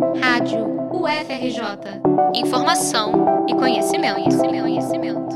Rádio UFRJ. Informação e conhecimento.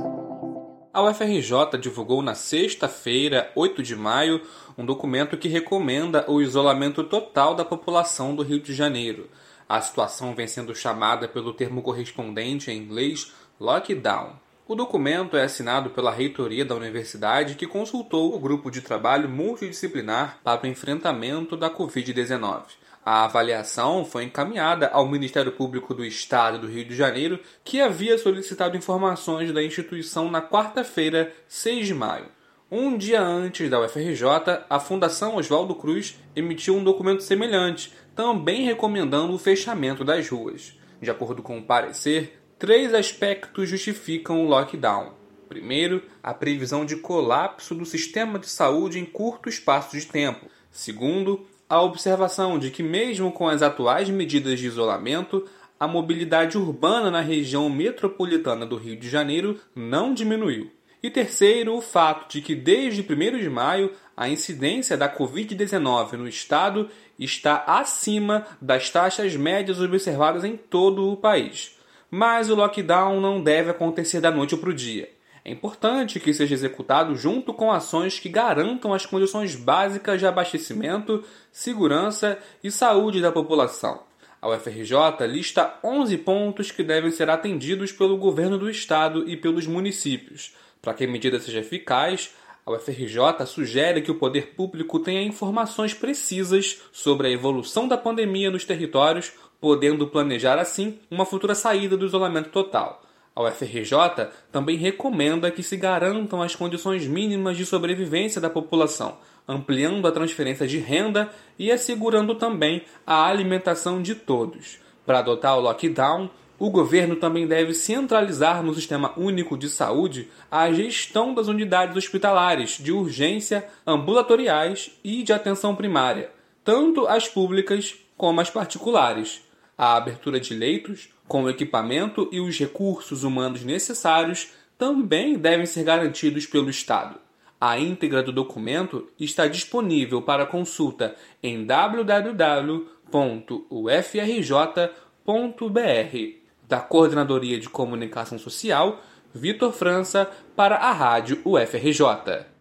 A UFRJ divulgou na sexta-feira, 8 de maio, um documento que recomenda o isolamento total da população do Rio de Janeiro. A situação vem sendo chamada pelo termo correspondente em inglês lockdown. O documento é assinado pela reitoria da universidade, que consultou o grupo de trabalho multidisciplinar para o enfrentamento da Covid-19. A avaliação foi encaminhada ao Ministério Público do Estado do Rio de Janeiro, que havia solicitado informações da instituição na quarta-feira, 6 de maio. Um dia antes da UFRJ, a Fundação Oswaldo Cruz emitiu um documento semelhante, também recomendando o fechamento das ruas. De acordo com o parecer, 3 aspectos justificam o lockdown. Primeiro, a previsão de colapso do sistema de saúde em curto espaço de tempo. Segundo, a observação de que, mesmo com as atuais medidas de isolamento, a mobilidade urbana na região metropolitana do Rio de Janeiro não diminuiu. E terceiro, o fato de que, desde 1º de maio, a incidência da Covid-19 no estado está acima das taxas médias observadas em todo o país. Mas o lockdown não deve acontecer da noite para o dia. É importante que seja executado junto com ações que garantam as condições básicas de abastecimento, segurança e saúde da população. A UFRJ lista 11 pontos que devem ser atendidos pelo governo do estado e pelos municípios. Para que a medida seja eficaz, a UFRJ sugere que o poder público tenha informações precisas sobre a evolução da pandemia nos territórios, podendo planejar assim uma futura saída do isolamento total. A UFRJ também recomenda que se garantam as condições mínimas de sobrevivência da população, ampliando a transferência de renda e assegurando também a alimentação de todos. Para adotar o lockdown, o governo também deve centralizar no Sistema Único de Saúde a gestão das unidades hospitalares de urgência, ambulatoriais e de atenção primária, tanto as públicas como as particulares. A abertura de leitos, com o equipamento e os recursos humanos necessários, também devem ser garantidos pelo Estado. A íntegra do documento está disponível para consulta em www.ufrj.br. Da Coordenadoria de Comunicação Social, Vitor França, para a Rádio UFRJ.